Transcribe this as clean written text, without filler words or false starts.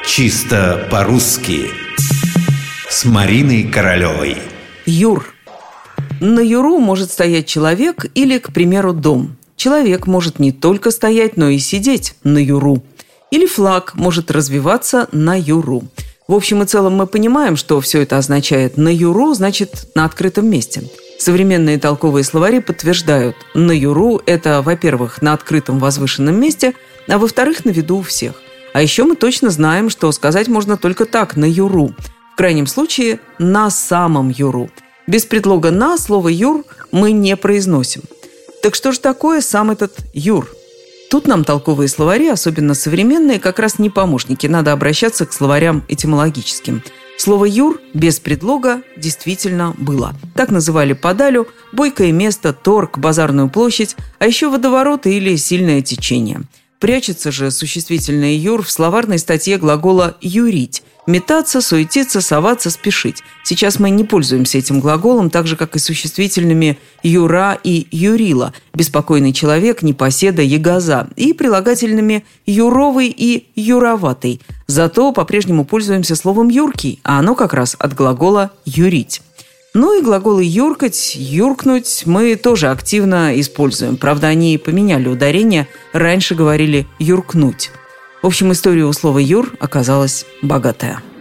Чисто по-русски с Мариной Королевой. Юр. На юру может стоять человек или, к примеру, дом. Человек может не только стоять, но и сидеть на юру. Или флаг может развиваться на юру. В общем и целом мы понимаем, что все это означает. На юру значит на открытом месте. Современные толковые словари подтверждают, на юру – это, во-первых, на открытом возвышенном месте, а во-вторых, на виду у всех. А еще мы точно знаем, что сказать можно только так, на юру. В крайнем случае, на самом юру. Без предлога «на» слово «юр» мы не произносим. Так что же такое сам этот юр? Тут нам толковые словари, особенно современные, как раз не помощники. Надо обращаться к словарям этимологическим. Слово «юр» без предлога действительно было. Так называли подалю, бойкое место, торг, базарную площадь, а еще водовороты или сильное течение. Прячется же существительное «юр» в словарной статье глагола «юрить». Метаться, суетиться, соваться, спешить. Сейчас мы не пользуемся этим глаголом, так же, как и существительными «юра» и «юрила», беспокойный человек, непоседа, ягоза, и прилагательными «юровый» и «юроватый. Зато по-прежнему пользуемся словом «юркий», а оно как раз от глагола «юрить». Ну и глаголы «юркать», «юркнуть» мы тоже активно используем. Правда, они поменяли ударение, раньше говорили «юркнуть». В общем, история у слова «юр» оказалась богатая.